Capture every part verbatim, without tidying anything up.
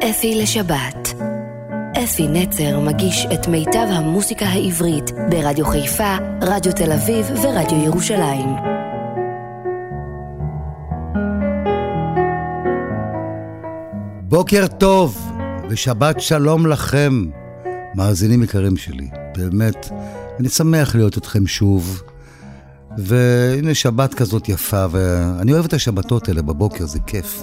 אפי לשבת. אפי נצר מגיש את מיטב המוסיקה העברית ברדיו חיפה, רדיו תל אביב ורדיו ירושלים. בוקר טוב ושבת שלום לכם, מאזינים יקרים שלי. באמת, אני שמח להיות אתכם שוב. והנה שבת כזאת יפה, ואני אוהב את השבתות האלה בבוקר, זה כיף.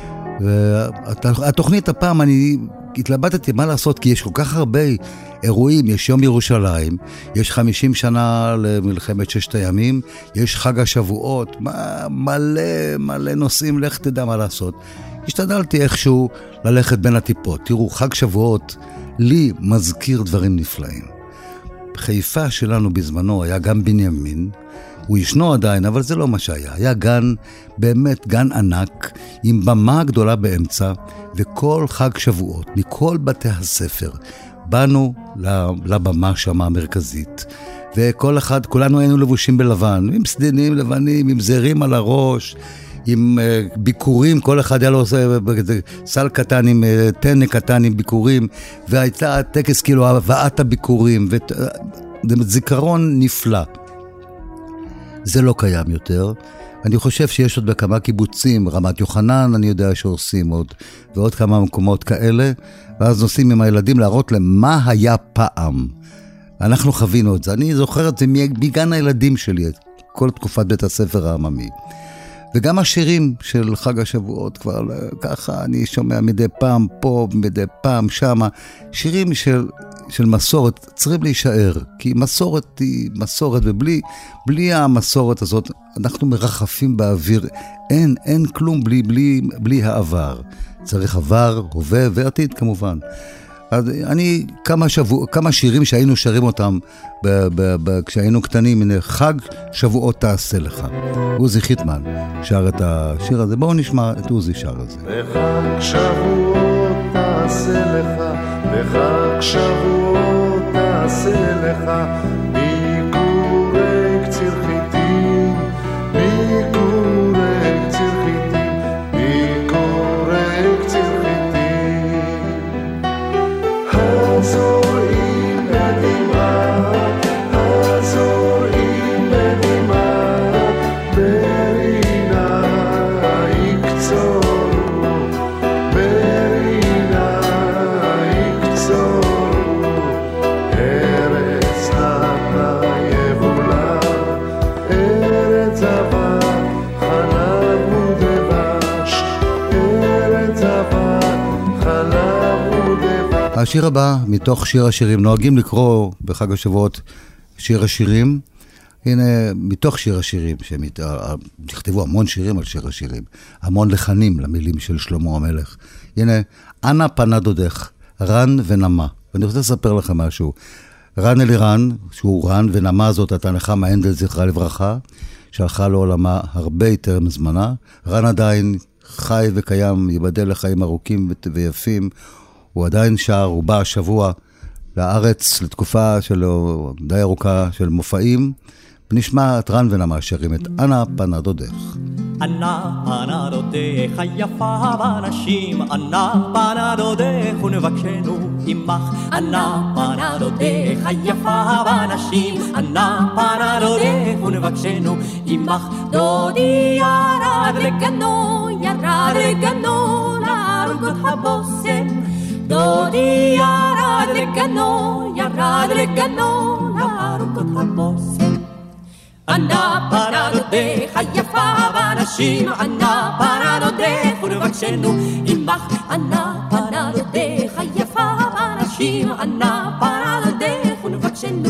והתוכנית הפעם אני התלבטתי מה לעשות, כי יש כל כך הרבה אירועים. יש יום ירושלים, יש חמישים שנה למלחמת ששת הימים, יש חג השבועות, מלא מלא נושאים, לך תדע מה לעשות. השתדלתי איכשהו ללכת בין הטיפות. תראו, חג שבועות לי מזכיר דברים נפלאים. חיפה שלנו בזמנו היה גם בנימין, הוא ישנו עדיין, אבל זה לא מה שהיה. היה גן, באמת גן ענק, עם במה גדולה באמצע, וכל חג שבועות, מכל בתי הספר, באנו לבמה שמה המרכזית, וכל אחד, כולנו היינו לבושים בלבן, עם סדינים לבנים, עם זרים על הראש, עם uh, ביקורים, כל אחד היה לו סל קטן עם uh, טנק קטן עם ביקורים, והייתה טקס כאילו הבאת הביקורים, וזיכרון נפלא. זה לא קיים יותר. אני חושב שיש עוד בכמה קיבוצים, רמת יוחנן אני יודע שעושים עוד, ועוד כמה מקומות כאלה, ואז נוסעים עם הילדים להראות להם מה היה פעם. אנחנו חווינו את זה, אני זוכר את זה מגן הילדים שלי, כל תקופת בית הספר העממי. וגם השירים של חג השבועות כבר ככה, אני שומע מדי פעם פה, מדי פעם שמה, שירים של, של מסורת צריכים להישאר, כי מסורת היא מסורת, ובלי בלי המסורת הזאת אנחנו מרחפים באוויר, אין, אין כלום בלי, בלי, בלי העבר. צריך עבר, הווה ועתיד כמובן. אז אני, כמה, שבוע, כמה שירים שהיינו שרים אותם ב, ב, ב, כשהיינו קטנים, הנה חג שבועות תעשה לך. עוזי חיטמן שר את השיר הזה, בואו נשמע את עוזי שר הזה. בחג שבועות תעשה לך, בחג שבועות תעשה לך, ביקורי קציר חיטים, ביקורי קציר חיטים, ביקורי קציר הזורעים בדמעה, הזורעים בדמעה, ברינה יקצורו, ברינה יקצורו, ארץ נתנה יבולה, ארץ זבת חלב ודבש, ארץ זבת חלב ודבש. השיר הבא, מתוך שיר השירים, נוהגים לקרוא בחג השבועות שיר השירים. הנה, מתוך שיר השירים, שנכתבו המון שירים על שיר השירים, המון לחנים למילים של שלמה המלך. הנה, אנה פנה דודך, רן ונמה. ואני רוצה לספר לכם משהו. רן אלירן, שהוא רן, ונמה הזאת, אתה נחמה הנדל זכרה לברכה, שהלכה לעולמה הרבה יותר מזמנה. רן עדיין חי וקיים, ייבדל לחיים ארוכים ויפים, הוא עדיין שר, הוא בא השבוע לארץ לתקופה שלו די ארוכה של מופעים, ונשמע את רן ונמה שרים את אנה פנה דודך. אנה פנה דודך היפה באנשים, אנה פנה דודך ונבקשנו עמך, אנה פנה דודך היפה באנשים, אנה פנה דודך ונבקשנו עמך. דודי ירד לגנו, ירד לגנו לארוגות הבושם, דודי ירד לגנו, ירד לגנו לארוגות הבושם. אנה פנה דודך היפה באנשים, אנה פנה דודך ונבקשנו עמך, אנה פנה דודך היפה באנשים, אנה פנה דודך ונבקשנו.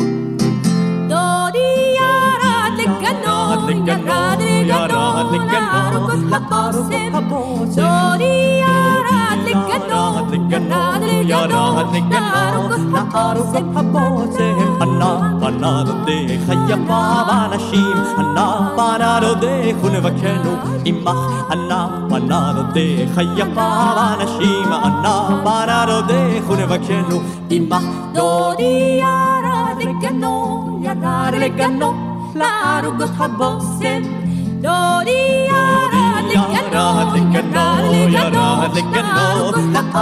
דודי ירד לגנו, ירד לגנו לארוגות הבושם, דודי ירד לגנו, ירד לגנו לארוגות הבושם. אנה פנה דודך היפה באנשים, אנה פנה דודך ונבקשנו עמך, אנה פנה דודך היפה באנשים, אנה פנה דודך ונבקשנו עמך. דודי ירד לגנו, ירד לגנו לארוגות הבושם, דודי ירד לגנו, ירד לגנו לארוגות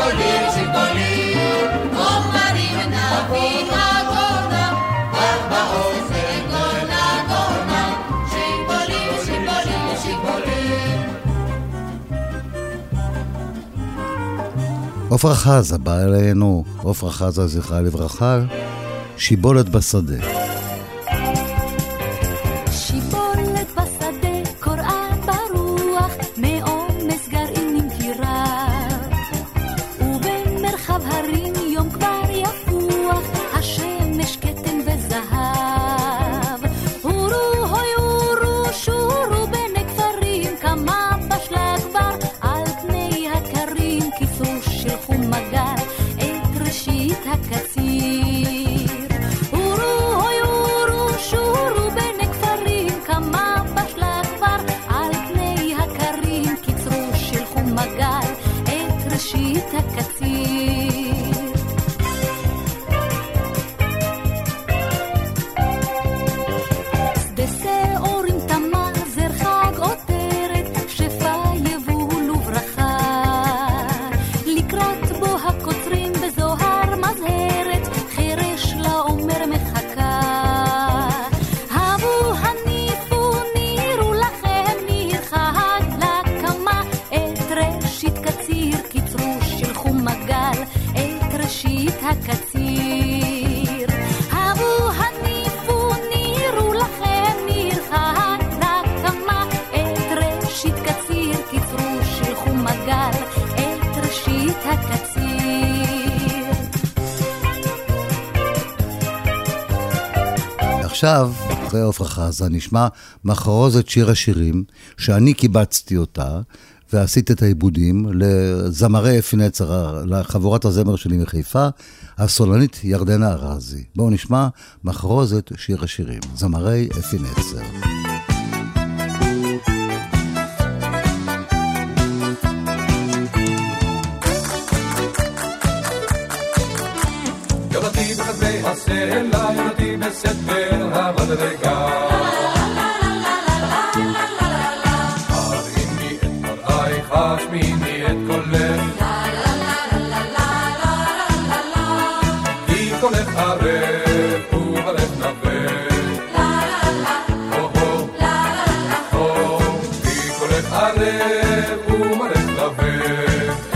שיבולים, שיבולים, עומרים נביא הגונה, רק באוזן גונה גונה, שיבולים, שיבולים, שיבולים. עופרה חזה באה אלינו, עופרה חזה זכרה לברכה, שיבולת בשדה. עכשיו, אחרי עופרה חזה, נשמע מחרוזת שיר השירים, שאני קיבצתי אותה, ועשית את העיבודים לזמרי אפי נצר, לחבורת הזמר שלי מחיפה, הסולנית ירדנה ארזי. בואו נשמע מחרוזת שיר השירים, זמרי אפי נצר. יורתי בחדרי הסלע, יורתי בספר המדרגה. הרימי את מרעייך, השמיני את קולך. כי קולך ערב וברך נבך. כי קולך ערב וברך נבך.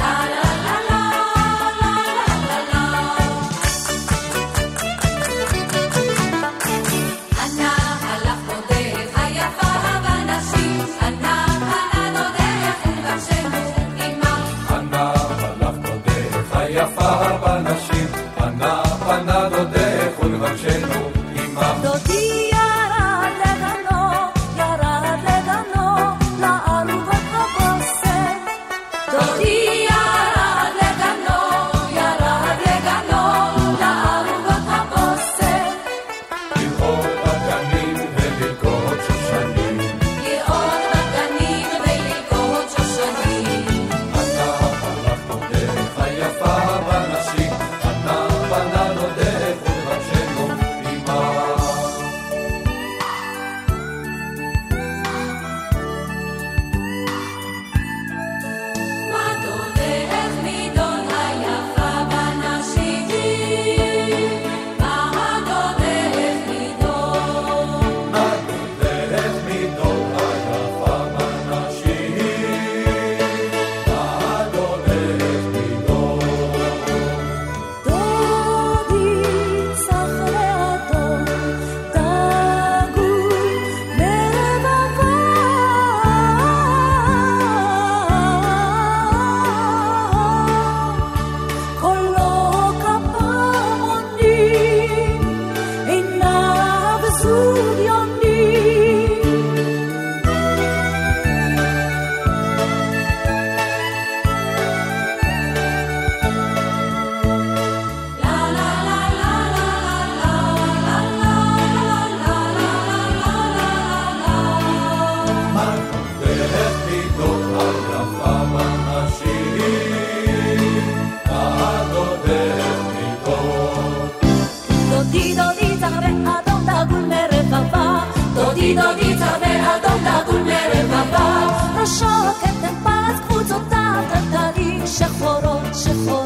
דודי צבע אדום דגול מרבבה, ראשו כתן פס קבוצותיו טלטלים שחורות שחורות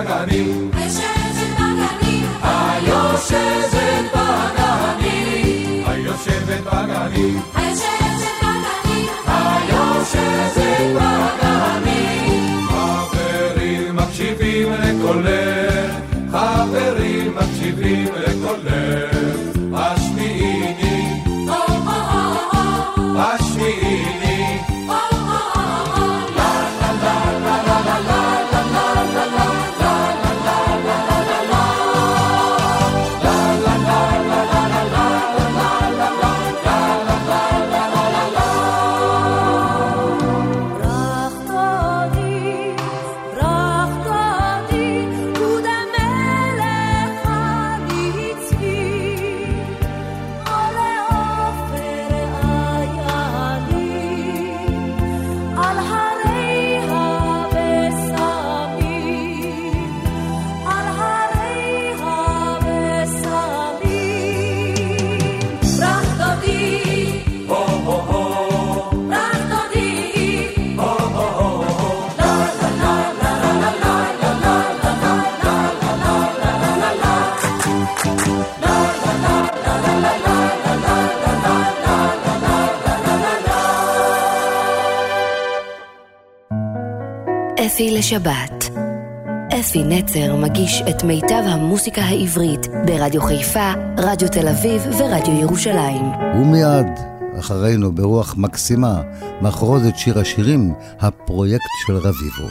בגנים, היושבת בגנים, היושבת בגנים, היושבת בגנים, היושבת בגנים, היושבת בגנים. חברים מקשיבים לקולך, חברים מקשיבים לקולך, השמיעיני, השמיעיני. אפי לשבת. אפי נצר מגיש את מיטב המוסיקה העברית ברדיו חיפה, רדיו תל אביב ורדיו ירושלים. ומיד אחרינו ברוח מקסימה מחרוזת שיר השירים, הפרויקט של רביבו.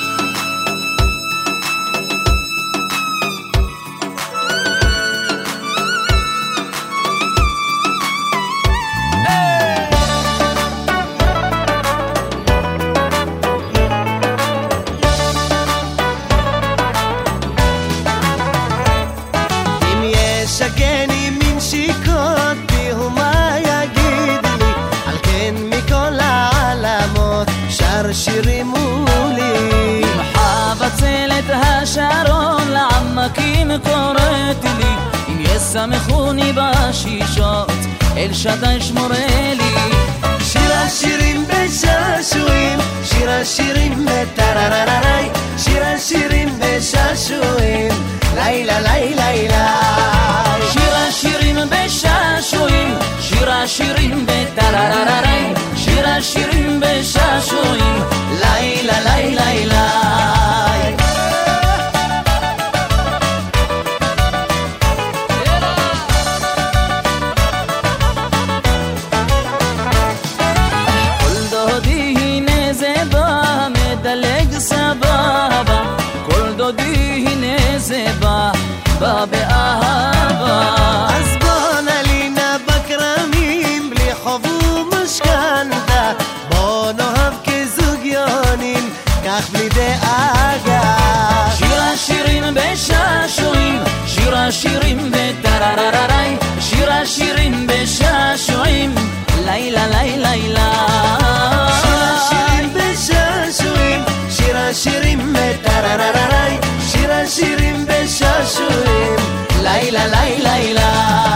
סמכוני בשישות, אל שדי שמורה לי. שיר השירים בשעשועים, שיר השירים בטררררי, שיר השירים בשעשועים, לילה לילה לילה. שיר השירים בשעשועים, שיר השירים בטררררי, שיר השירים בשעשועים, לילה לילה לילה. בא באהבה, אז בוא נלינה בכרמים בלי חוב ומשכנתה, בוא נאהב כזוגיונים כך בלי דאגה. שיר השירים בשעשועים, שיר השירים בטררררי, שיר השירים בשעשועים, לילה לילה לילה. שיר השירים בשעשועים, שיר השירים בטררררי, שיר השירים בשעשועים, לילה לילה לילה.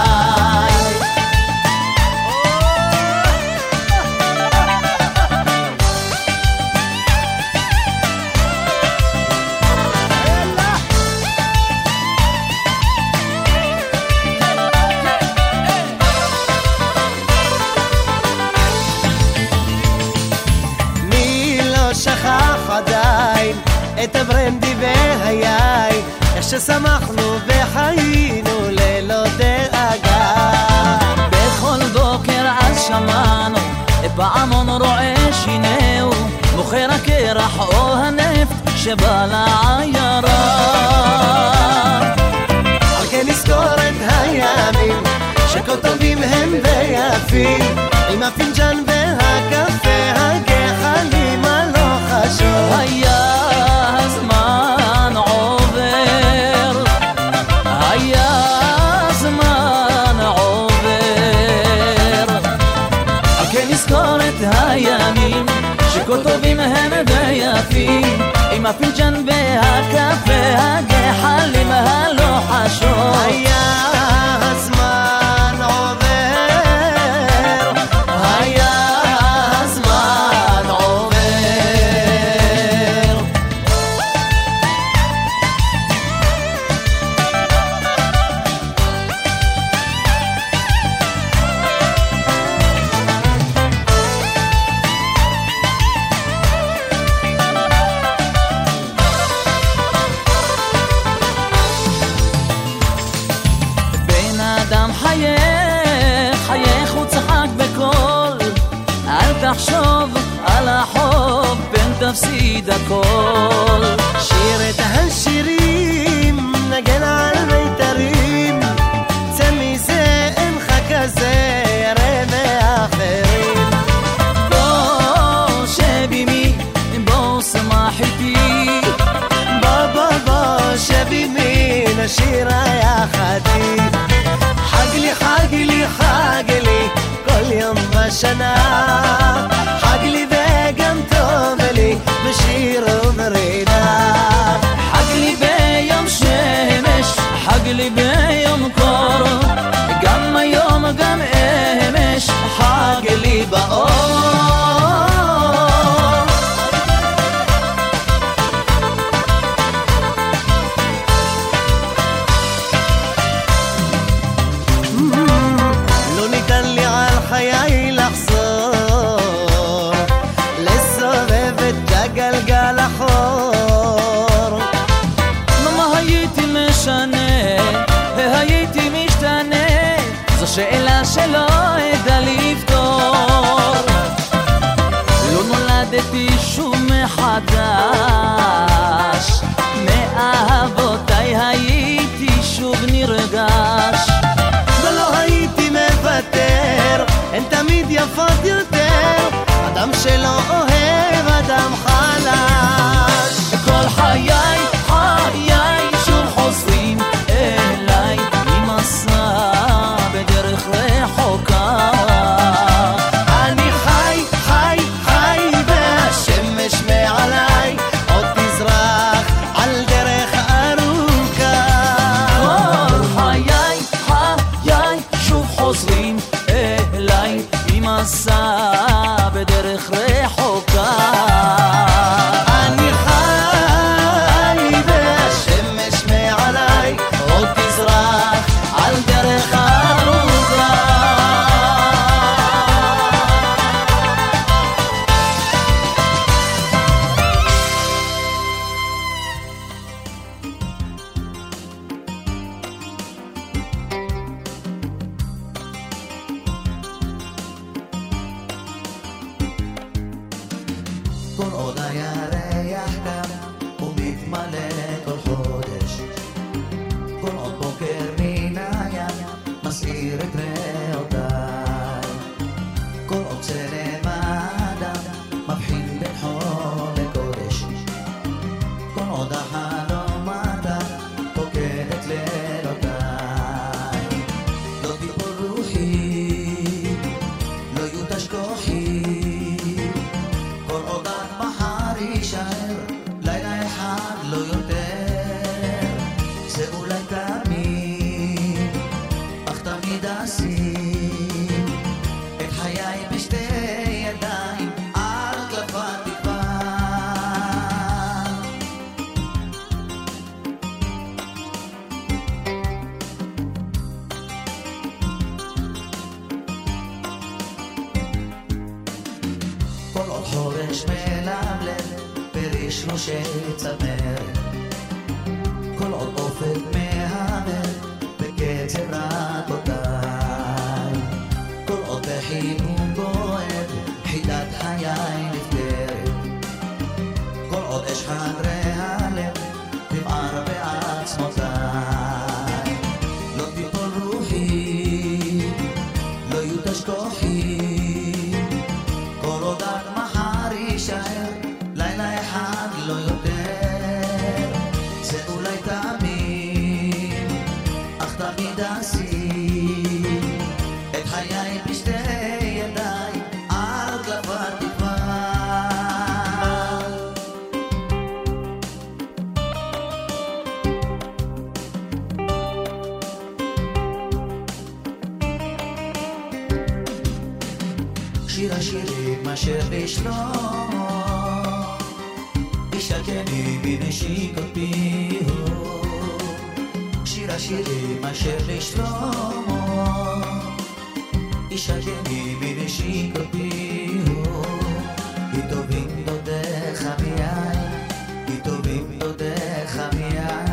מי לא שכח עדיין את הברנדי והיין, איך ששמחנו וחיינו ללא דאגה. בכל בוקר אז שמענו פעמון רועה שינהו, מוכר הקרח או הנפט שבא לעיירה. על כן נזכור את הימים שכל טובים הם ויפים, עם הפינג'ן והקפה הגחלים הלא חשוב. היה הזמן עובר, היה הזמן עובר. על כן נזכור את הימים שכל טובים הם ויפים, עם הפינג'ן והקפה הגחלים הלא חשוב. היה הזמן עובר, היה הזמן עובר. תחשוב על החוב, פן תפסיד הכל. שיר את השירים, נגן על מיתרים, צא מזה אינך כזה, ירא מאחרים. בוא שב עמי, בוא שמח איתי, בוא בוא בוא שב עמי, נשיר יחדי. חג לי חג לי חג לי כל יום בשנה, חג לי וגם טוב לי בשיר ומרידה. חג לי ביום שמש, חג לי ביום קור, גם היום גם אמש, חג לי באור. לא ניתן לי על חיי לחזור, לסובב את הגלגל אחור. מה הייתי משנה, הייתי משתנה, זו שאלה שלא אדע לפתור. לא נולדתי שוב מחדש, מאהבותיי הייתי שוב נרגש. ולא הייתי מוותר, הן תמיד יפות יותר, אדם שלא אוהב אדם חלש. כל חיי, חיי שוב חוזרים אליי, ממסע בדרך רחוקה. אני חי, חי, חי, והשמש מעליי עוד תזרח על דרך ארוכה. כל חיי, חיי שוב חוזרים אליי, ממסע בדרך רחוקה. אני חי והשמש מעליי עוד תזרח על דרך ארוכה. כל עוד הירח קם ומתמלא כל חודש, כל עוד בוקר מן הים מסעיר את ריאותיי, כל עוד צלם האדם מבחין בין חול לקודש, כל עוד החלום אתה פוקד את לילותיי. לא תיפול רוחי, לא יותש כוחי, כל עוד עד מחר יישאר לילה אחד לא יותר. זה אולי תמיד, אך תמיד אשים את חיי בשתי ידיים על כלפה תקווה. כל עוד חורש מלמלם פריש ראשי צמרת, כל עוד אופק מהמר בקצב רקותיי, כל עוד בחימום בוער חידת חיי נפטרת, כל עוד אש חדרי הלב תבער בעצמותיי. לא תיפול רוחי, לא יותש כוחי, כל עוד עד מחר יישאר לילה אחד לא יותר. זה אולי תמיד, אך תמיד אשים את חיי בשתי ידיים על כלפה תקווה. שיר השירים אשר לשלמה, ישקני בנשיקות פיהו. שיר השירים אשר לשלמה, ישקני בנשיקות פיהו. כי טובים דודיך מיין, כי טובים דודיך מיין.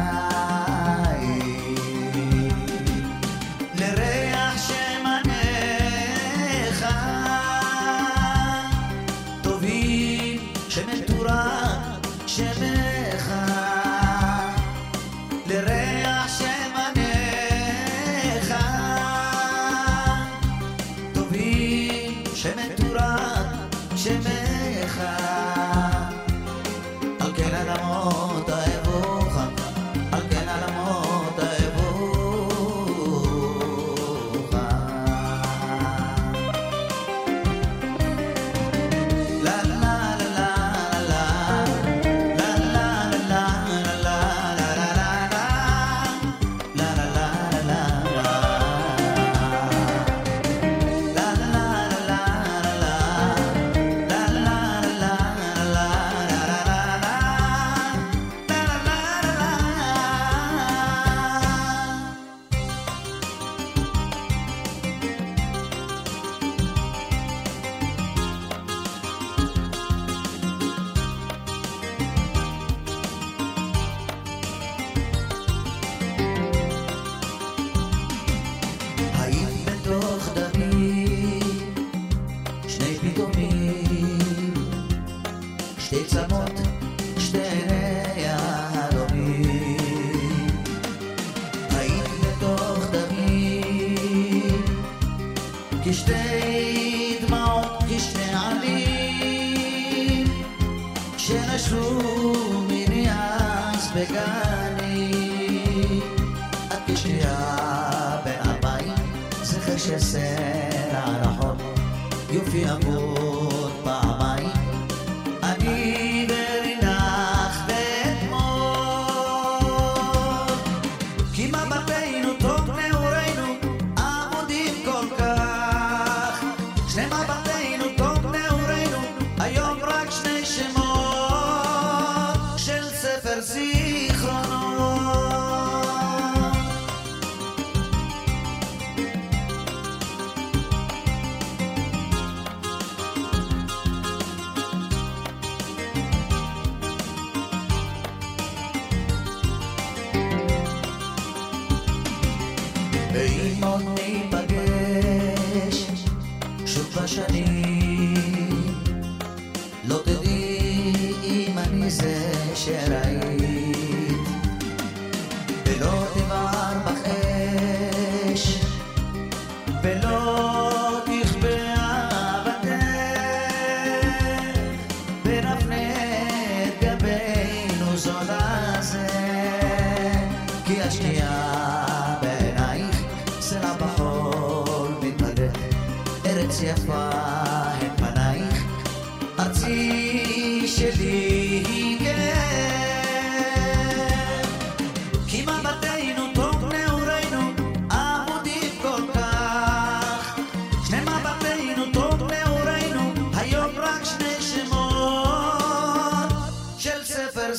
לריח שמניך בתורת שמך, על כן אדמות אהבוך, על כן אדמות אהבוך. לה לה לה לה לה לה לה לה לה כשתי דמעות, כשני עלים שנשרו מיני אז בגני, את כשתיה בין ארבעים, זכר של סלע רחוק, יופי אבות פעמיים, אני ורינך ואתמול, כי מבטנו טוב נעורנו עמודים כל כך, שני מבטנו טוב נעורנו, היום רק שני שמות של ספר זיכרונות. ואם עוד ניפגש שוב בשנים, לא תדעי אם אני זה שראית, ולא תבער בך אש, ולא תכבה אהבתך, ונפנה את גבינו זו לזה, כי השנייה יפה הם פנייך, ארצי שלי גר, כי מבטנו טוב נעורנו עמודים כל כך, שני מבטנו טוב נעורנו, היום רק שני שמות של ספר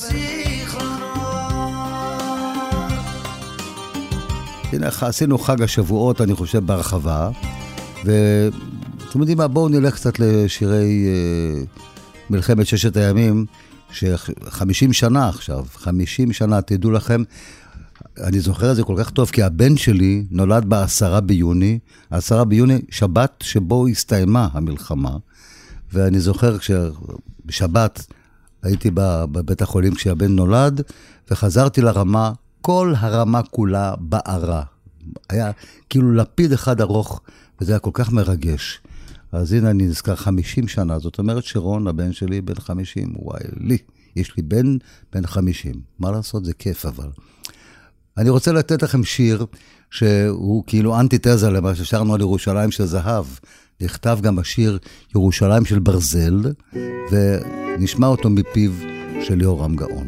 זיכרונות. הנה, עשינו חג השבועות, אני חושב, בהרחבה, ואתם יודעים מה, בואו נלך קצת לשירי uh, מלחמת ששת הימים, ש-חמישים שנה עכשיו, חמישים שנה, תדעו לכם, אני זוכר את זה כל כך טוב, כי הבן שלי נולד בעשרה ביוני, העשרה ביוני, שבת שבו הסתיימה המלחמה, ואני זוכר כשבשבת הייתי בבית החולים כשהבן נולד, וחזרתי לרמה, כל הרמה כולה בערה. היה כאילו לפיד אחד ארוך, וזה היה כל כך מרגש. אז הנה אני נזכר חמישים שנה, זאת אומרת שרון, הבן שלי, בן חמישים, וואי, לי, יש לי בן, בן חמישים. מה לעשות? זה כיף, אבל. אני רוצה לתת לכם שיר, שהוא כאילו אנטיתזה למה ששרנו על ירושלים של זהב. נכתב גם השיר ירושלים של ברזל, ונשמע אותו מפיו של יורם גאון.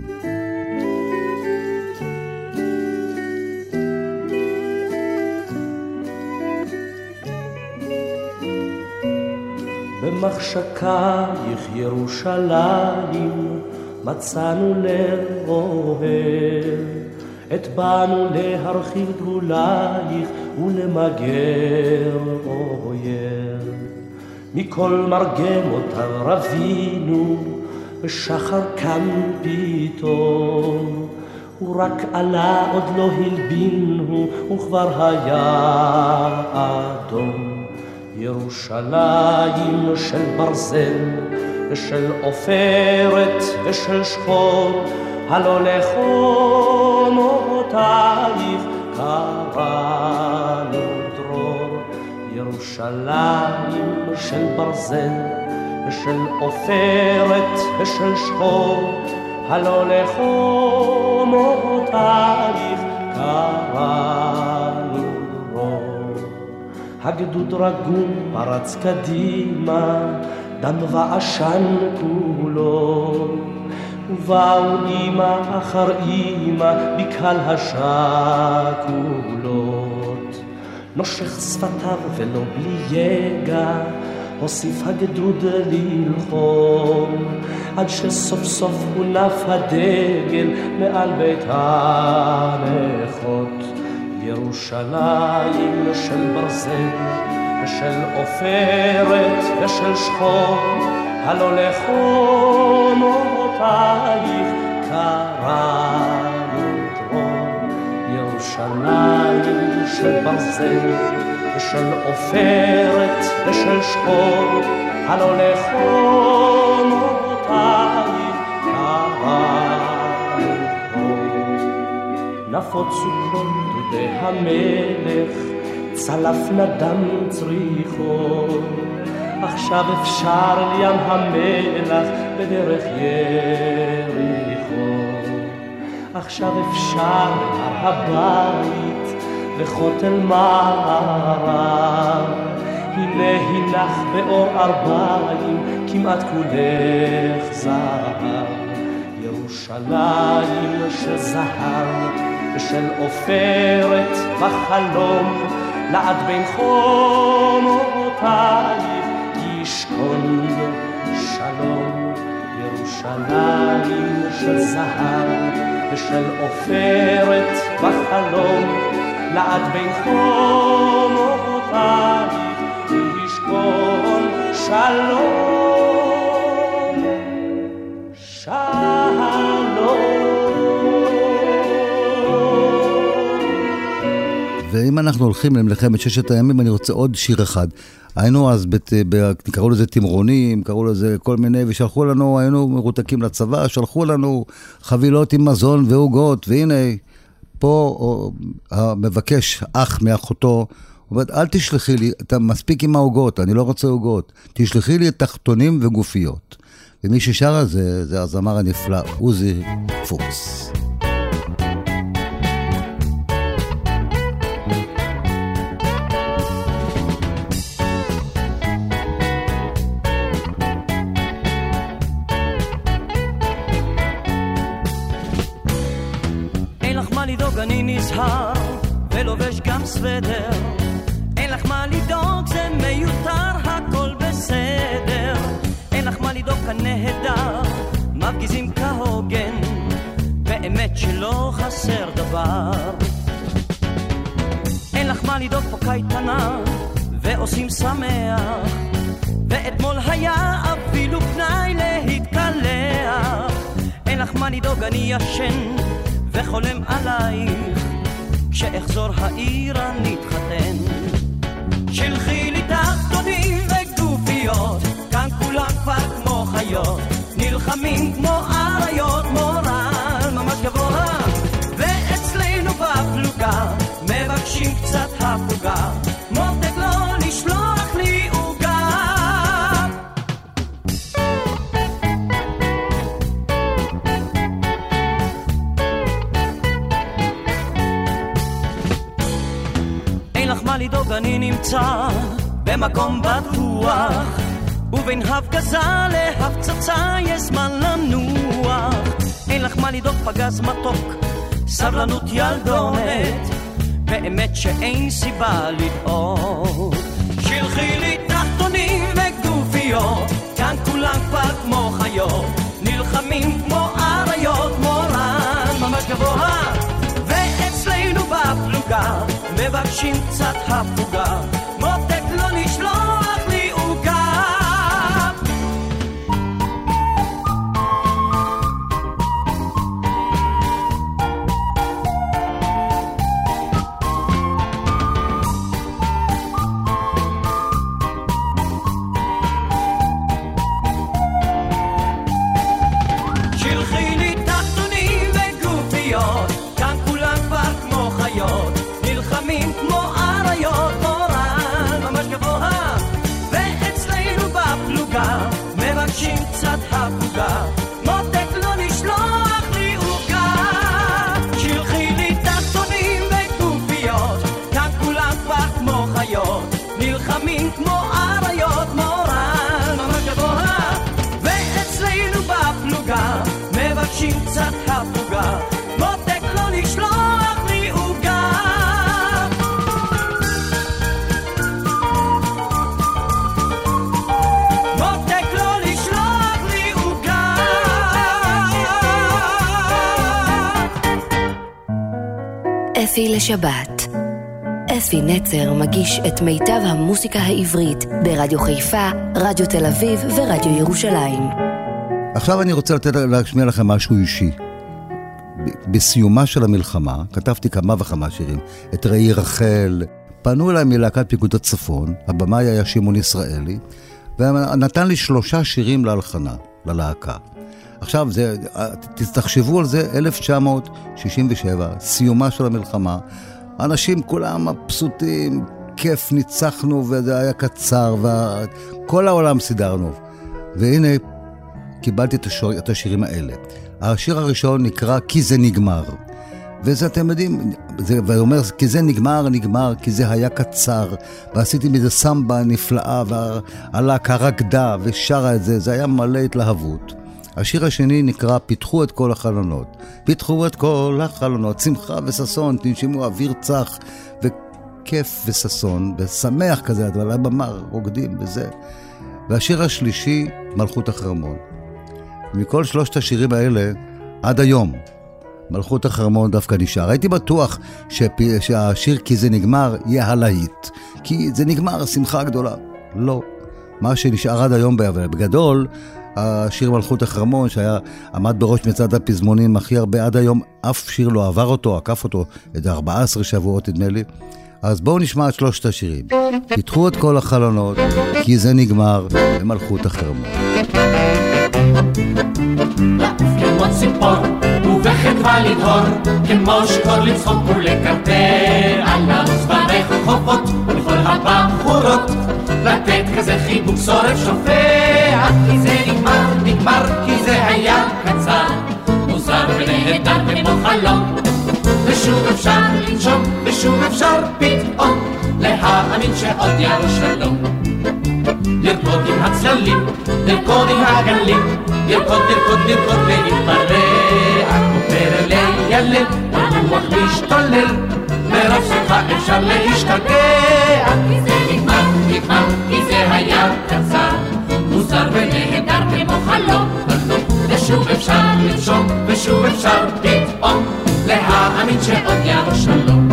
במחשקייך ירושלים מצאנו לאוהב, את באנו להרחיב גבולייך ולמגר אויב. מכל מרגמותיו רבינו, בשחר קם פתאום, הוא רק עלה עוד לא הלבינו, וכבר היה אדום. ירושלים של ברזל ושל עופרת ושל שחור, הלא לחומותייך קראנו דרור. ירושלים של ברזל ושל עופרת ושל שחור, הלא לחומותייך קראנו רוב. הגדוד רגום פרץ קדימה, דם ועשן כולו, ובאו אמא אחר אמא בקהל השכולות. נושך שפתיו ולא בלי יגע, הוסיף הגדוד ללחום, עד שסוף סוף הונף הדגל מעל בית הנכות. ירושלים של ברזל ושל עופרת ושל שחור, הלא לחומותייך קראנו דרום. ירושלים של ברזל ושל עופרת ושל שחור, הלא לחומותייך קראנו דרום. נפוצו כל דודי המלך, צלף נדם צריכו, עכשיו אפשר לים המלח בדרך יריחו. עכשיו אפשר להר הבית וכותל מערב, הנה הינך באור ארבעים כמעט כולך זהב. ירושלים של זהב ושל עופרת וחלום, לעד בין חומותייך ישכון שלום. ירושלים של זהב ושל עופרת וחלום, לעד בין חומותייך ישכון שלום. שלום. ואם אנחנו הולכים למלחמת ששת הימים, אני רוצה עוד שיר אחד. היינו אז, בת, ב, קראו לזה תמרונים, קראו לזה כל מיני, ושלחו לנו, היינו מרותקים לצבא, שלחו לנו חבילות עם מזון ועוגות, והנה, פה או, המבקש אח מאחותו, הוא אומר, אל תשלחי לי, אתה מספיק עם העוגות, אני לא רוצה עוגות, תשלחי לי תחתונים וגופיות. ומי ששר על זה, זה הזמר הנפלא, עוזי פוקס. אני נזהר ולובש גם סוודר, אין לך מה לדאוג, זה מיותר, הכל בסדר. אין לך מה לדאוג, כאן נהדר, מפגיזים כהוגן, באמת שלא חסר דבר. אין לך מה לדאוג, פה קייטנה ועושים שמח, ואתמול היה אפילו פנאי להתקלח. אין לך מה לדאוג, אני ישן וחולם עלייך, כשאחזור העירה נתחתן. שלחי לי תחתונים וגופיות, כאן כולם כבר כמו חיות, נלחמים כמו אריות, מורל ממש גבוה. ואצלנו בפלוגה מבקשים קצת הפוגה, מותק לא לשלוח לי עוגה. מה לדאוג, אני נמצא במקום בטוח, ובין הפגזה להפצצה יש זמן לנוח. אין לך מה לדאוג, פגז מתוק, סבלנות ילדונת, באמת שאין סיבה לדאוג. שלחי לי תחתונים וגופיות, כאן כולם כבר כמו חיות, נלחמים כמו אריות, מורל ממש גבוה. ואצלנו בפלוגה מבקשים קצת הפוגה, מותק לא לשלוח לי עוגה. שלחי לי תחתונים וגופיות, כאן כולם כבר כמו חיות, נלחמים כמו אריות, מורל נגשים קצת הפוגה, מותק לא לשלוח לי עוגה. מותק לא לשלוח לי עוגה. אפי לשבת. אפי נצר מגיש את מיטב המוסיקה העברית ברדיו חיפה, רדיו תל אביב ורדיו ירושלים. עכשיו אני רוצה לתת להשמיע לכם משהו אישי. בסיומה של המלחמה כתבתי כמה וכמה שירים. את ראי רחל, פנו אליי מלהקת פיקוד הצפון, הבמאי היה שמעון ישראלי, ונתן לי שלושה שירים להלחנה, ללהקה. עכשיו, זה, תחשבו על זה, אלף תשע מאות שישים ושבע, סיומה של המלחמה, אנשים כולם מבסוטים, כיף, ניצחנו, וזה היה קצר, וכל העולם סידרנו. והנה, קיבלתי את, השיר, את השירים האלה. השיר הראשון נקרא כי זה נגמר. וזה אתם יודעים, זה, והוא אומר, כי זה נגמר, נגמר, כי זה היה קצר. ועשיתי מזה סמבה נפלאה, והלהקה רקדה ושרה את זה, זה היה מלא התלהבות. השיר השני נקרא פיתחו את כל החלונות. פיתחו את כל החלונות, שמחה וססון, תנשימו אוויר צח, וכיף וססון, ושמח כזה, אבל הבמה רוקדים וזה. והשיר השלישי, מלכות החרמון. מכל שלושת השירים האלה, עד היום, מלכות החרמון דווקא נשאר. הייתי בטוח שפ... שהשיר כי זה נגמר יהיה הלהיט. כי זה נגמר, שמחה גדולה. לא. מה שנשאר עד היום בגדול, השיר מלכות החרמון, שהיה עמד בראש מצד הפזמונים הכי הרבה עד היום, אף שיר לא עבר אותו, עקף אותו, את ארבעה עשר שבועות נדמה לי. אז בואו נשמע את שלושת השירים. פיתחו את כל החלונות, כי זה נגמר, במלכות החרמון. כמו ציפור, ובחדווה לדהור, כמו שקור לצחוק ולקרטר, על הרוס ברחובות ולכל הבחורות, לתת כזה חיבוק שורף שופע, כי זה נגמר, נגמר, כי זה היה קצר, מוזר ונהדר כמו חלום, ושוב אפשר לנשום, ושוב אפשר פתאום, להאמין שעוד יבוא שלום. לרקוד עם הצללים, לרקוד עם הגלים, לרקוד, לרקוד, לרקוד ולהתפרע, ופרלי ילל, הרוח להשתולל, מרוב שמחה אפשר להשתגע, כי זה נגמר, נגמר, כי זה היה קצר, מוזר ונהדר כמו חלום, ושוב אפשר לנשום, ושוב אפשר פתאום, להאמין שעוד יבוא שלום.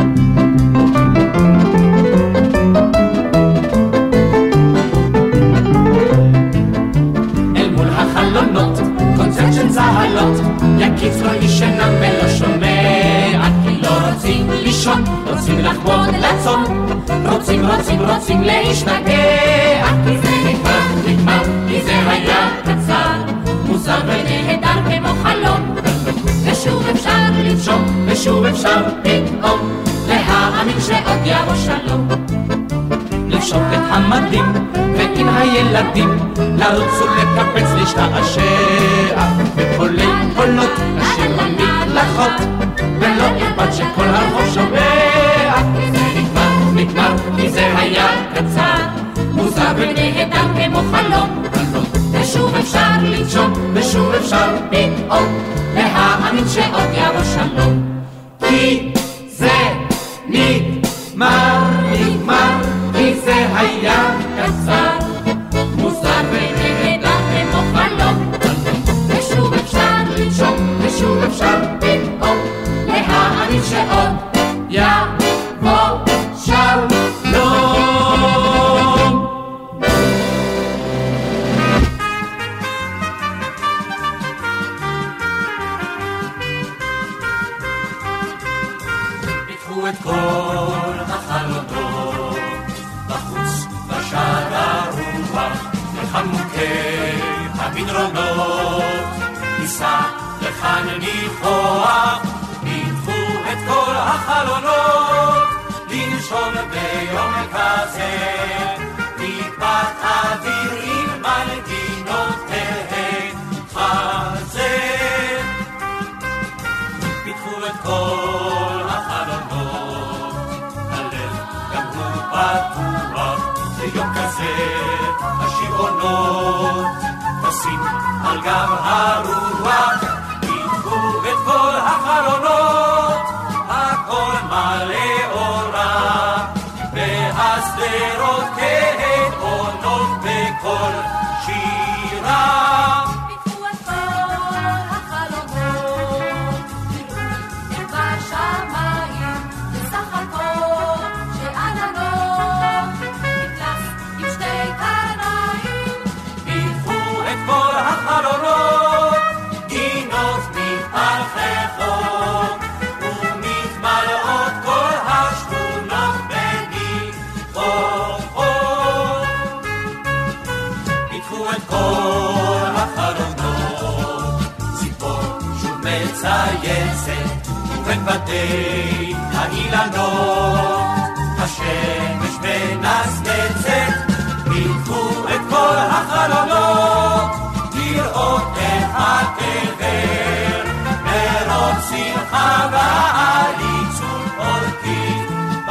קונצרט של צהלות, יקיץ לא ישנם ולא שומע, כי לא רוצים לישון, רוצים לחמוד לצון, רוצים רוצים רוצים להשתגע, כי זה נגמר, נגמר, כי זה היה קצר, מוזר ונהדר כמו חלום, ושוב אפשר לנשום, ושוב אפשר פתאום, להאמין שעוד יבוא שלום. לפשוט את המדים ועם הילדים לרוץ ולקפץ להשתעשע וכולל קולות לשיר במקלחות ולא אכפת שכל הרחוב שומע, כי זה נגמר, נגמר, כי זה היה קצר, מוזר ונהדר כמו חלום, ושוב אפשר לנשום, ושוב אפשר פתאום להאמין שעוד יבוא שלום, כי זה נגמר, נגמר, כי זה היה קצר, מוזר ונהדר כמו חלום, ושוב אפשר לנשום, ושוב אפשר פתאום להאמין שעוד יבוא שלום. פיתחו את כל החלונות בחוץ בשער הרוח, לחמוקי המדרונות, ניסה לכאן ניחוח, פיתחו את כל החלונות, לנשום ביום כזה, טיפת אוויר עם מנגינותיהם חזר. פיתחו את כל החלונות, הלב גם הוא פתוח, ביום כזה השיעונות תשים על גב הרוח, פיתחו כל החלומות. ציפור שוב מצייצת ובין בתי האילנות השמש מנסמצת, ריתחו את כל החלומות לראות איך התבר מרוב שמחה ועליצות אורקית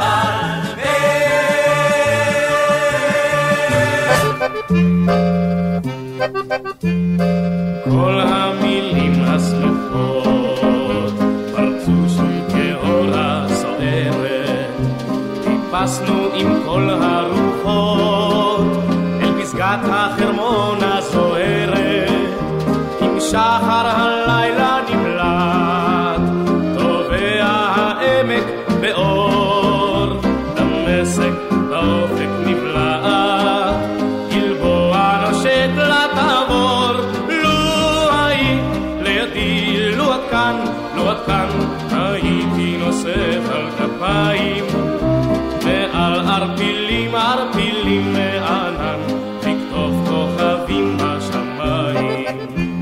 בלבל. כל המילים הסלפות פרצו שוב כאורה סוערת, טיפסנו עם כל הרוחות אל פסגת החרמון הזוהרת. עם שחר הלילה נמלט טובע העמק באור, דמשק באופק נבלט, גלבוע נושק לתבור. לו היית לידי, לו את כאן, לו את כאן, הייתי נוסף על כפיים מעל ערפילים, ערפילים מענן, לקטוף כוכבים בשמיים.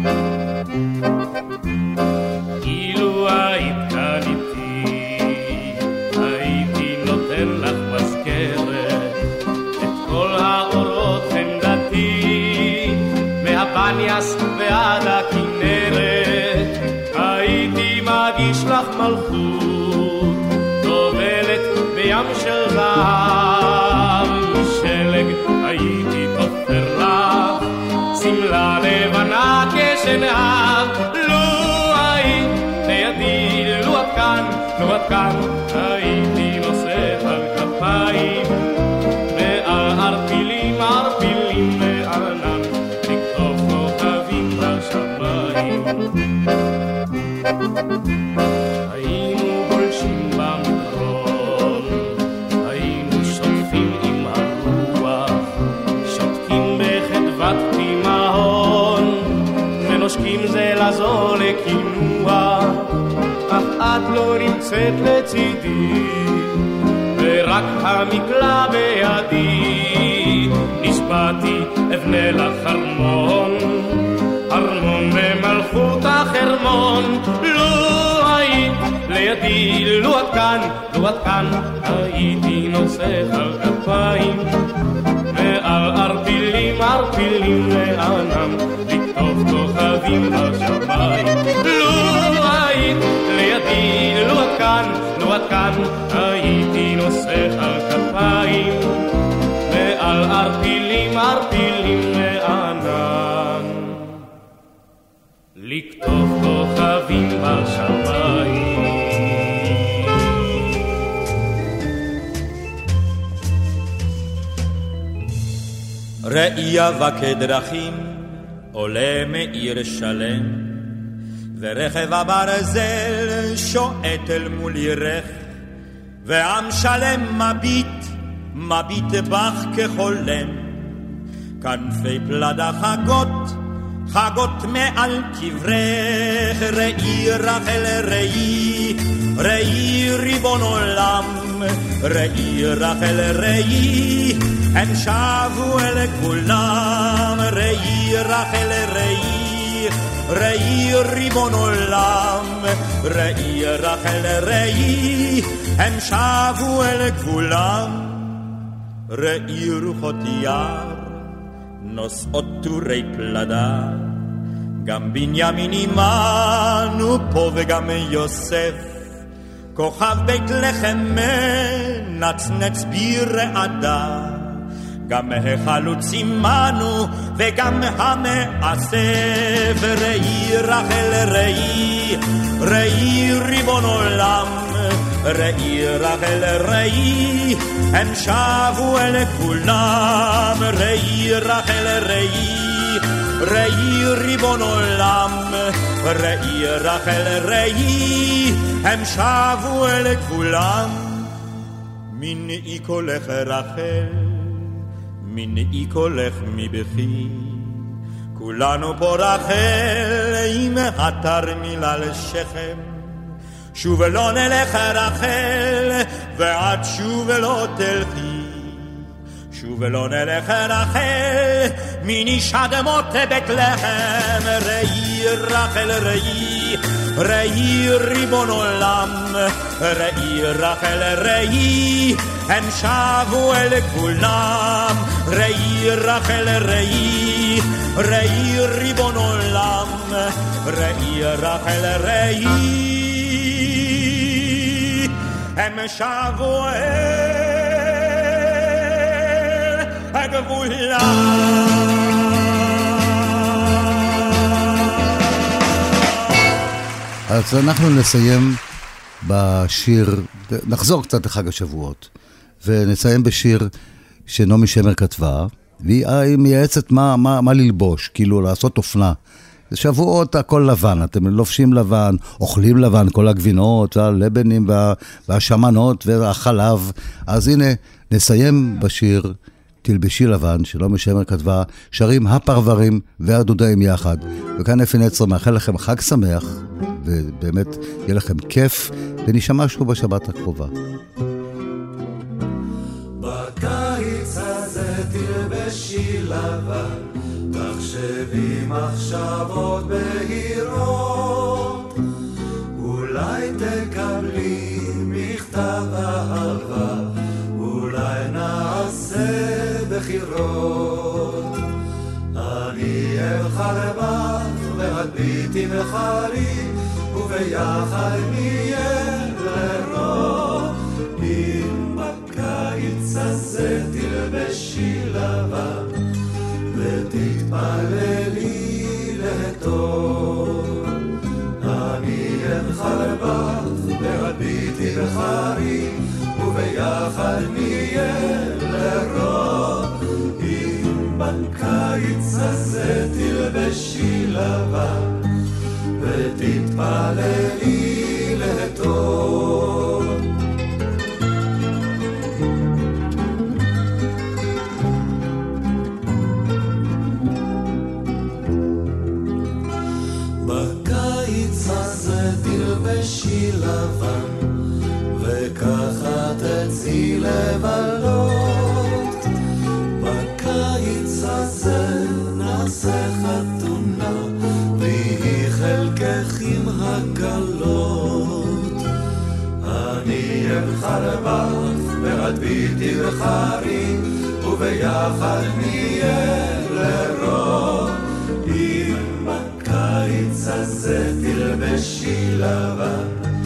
אילו היית כאן איתי, הייתי נותן לך מזכרת את כל האורות חמדתי, מהבניאס ועד הכנרת. הייתי מגיש לך מלכות טובלת בים של זהב, משלג הייתי תופר לך סמלה לבנה כשנהב. לו היית לידי, לו את כאן, לו את כאן, הייתי נוסף על כפיים מעל ערפילים, ערפילים מענן, לקטוף כוכבים בשמיים. היינו גולשים במדרון, היינו שוטפים עם הרוח, שותקים בחדוות תימהון, ונושקים זה לזו לכינוע. אך את לא נמצאת לצידי, ורק המקלע בידי. נשבעתי אבנה לך ארמון, ארמון במלכות החרמון. לו היית לידי, לו את כאן, לו את כאן, הייתי נוסף על כפיים מעל ערפילים, ערפילים מענן, לקטוף כוכבים בשמיים. לו היית לידי, לו את כאן, לו את כאן, הייתי נוסף על כפיים מעל ערפילים, ערפילים מענן, לקטוף כוכבים בשמיים. ראי אבק דרכים עולה מעיר שלם, ורכב הברזל שועט אל מול ירך, ועם שלם מביט, מביט בך כחולם. כנפי פלדה חגות, חגות מעל קברך. ראי רחל ראי, ראי ריבון עולם, ראי רחל ראי, הם שבו אל כולם. ראי רחל ראי, ראי ריבון עולם, ראי רחל ראי, הם שבו אל כולם. ראי רוחות יער נושאות טורי פלדה, גם בנימין עמנו פה וגם יוסף. כוכב בית לחם מנצנץ ברעדה, גם החלוץ עמנו וגם המאסף. ראי רחל ראי, ראי ריבון עולם, ראי רחל ראי, הם שבו אל כולם. ראי רחל ראי, ראי ריבון עולם, ראי רחל ראי, הם שבו אל כולם. מנעי קולך רחל, מנעי קולך מבכי, כולנו פה רחל עם התרמיל על שכם. שוב לא נלך רחל ועד שוב לא תלכי, שוב לא נלך רחל מניש אדמות בית לחם ראי רחל ראי ראי ריבון עולם ראי רחל ראי הם שבו אל גבולם ראי רחל ראי ראי ריבון עולם ראי רחל ראי הם שבו אל הגבולם אז אנחנו נסיים בשיר, נחזור קצת לחג השבועות, ונסיים בשיר שנעמי שמר כתבה, והיא מייעצת מה, מה, מה ללבוש, כאילו לעשות אופנה. שבועות הכל לבן, אתם לובשים לבן, אוכלים לבן, כל הגבינות והלבנים וה, והשמנות והחלב. אז הנה, נסיים בשיר תלבשי לבן, שנעמי שמר כתבה, שרים הפרברים והדודאים יחד. וכאן אפי נצר מאחל לכם חג שמח, ובאמת יהיה לכם כיף, ונשמע שוב בשבת הקרובה. בקיץ הזה תלבשי לבן, תחשבי מחשבות בהירות, אולי תקבלי מכתב אהבה, אולי נעשה בחירות. אני אבחר בך והביטי בחרי, וביחד נהיה לרוב. אם בקיץ הזה תלבשי לבן ותתפללי לטוב, אני אבחר בך והביטי בחרי, וביחד נהיה לרוב. אם בקיץ הזה תלבשי לבן ותתפללי לטוב. בקיץ הזה תלבשי לבן וככה תצאי לבלות. בקיץ הזה נעשה חתונה והיא חלקך עם הקלות. אני אבחר בך ואת ביתי בחרי, וביחד נהיה לרוב. אם בקיץ הזה תלבשי לבן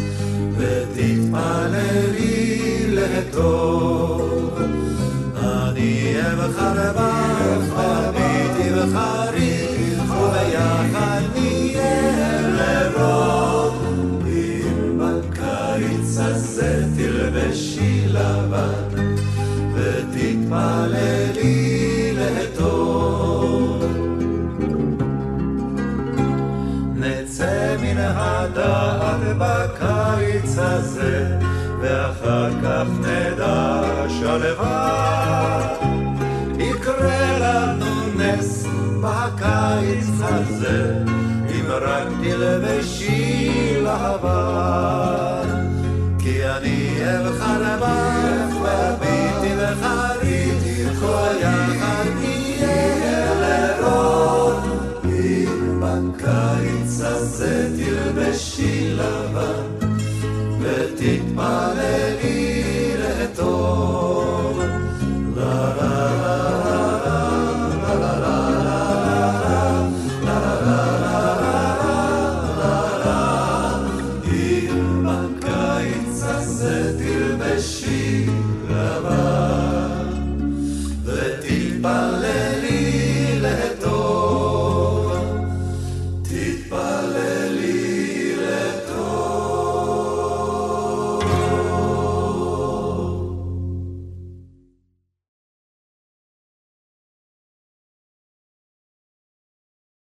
ותתפללי לטוב, אני אבחר בך וביתי בחרי, וביחד נהיה לרוב. אם בקיץ הזה תלבשי לבן ותתפללי לטוב. נצא מן הדעת בקיץ הזה, ואחר כך נדע שלווה. יקרה לנו נס בקיץ הזה, אם רק תלבשי לבן. כי אני אבחר בך והביטי בחרי, וביחד נהיה לרוב. אם בקיץ הזה תלבשי לבן ותתפללי לטוב. לה לה אם בקיץ הזה תלבשי לבן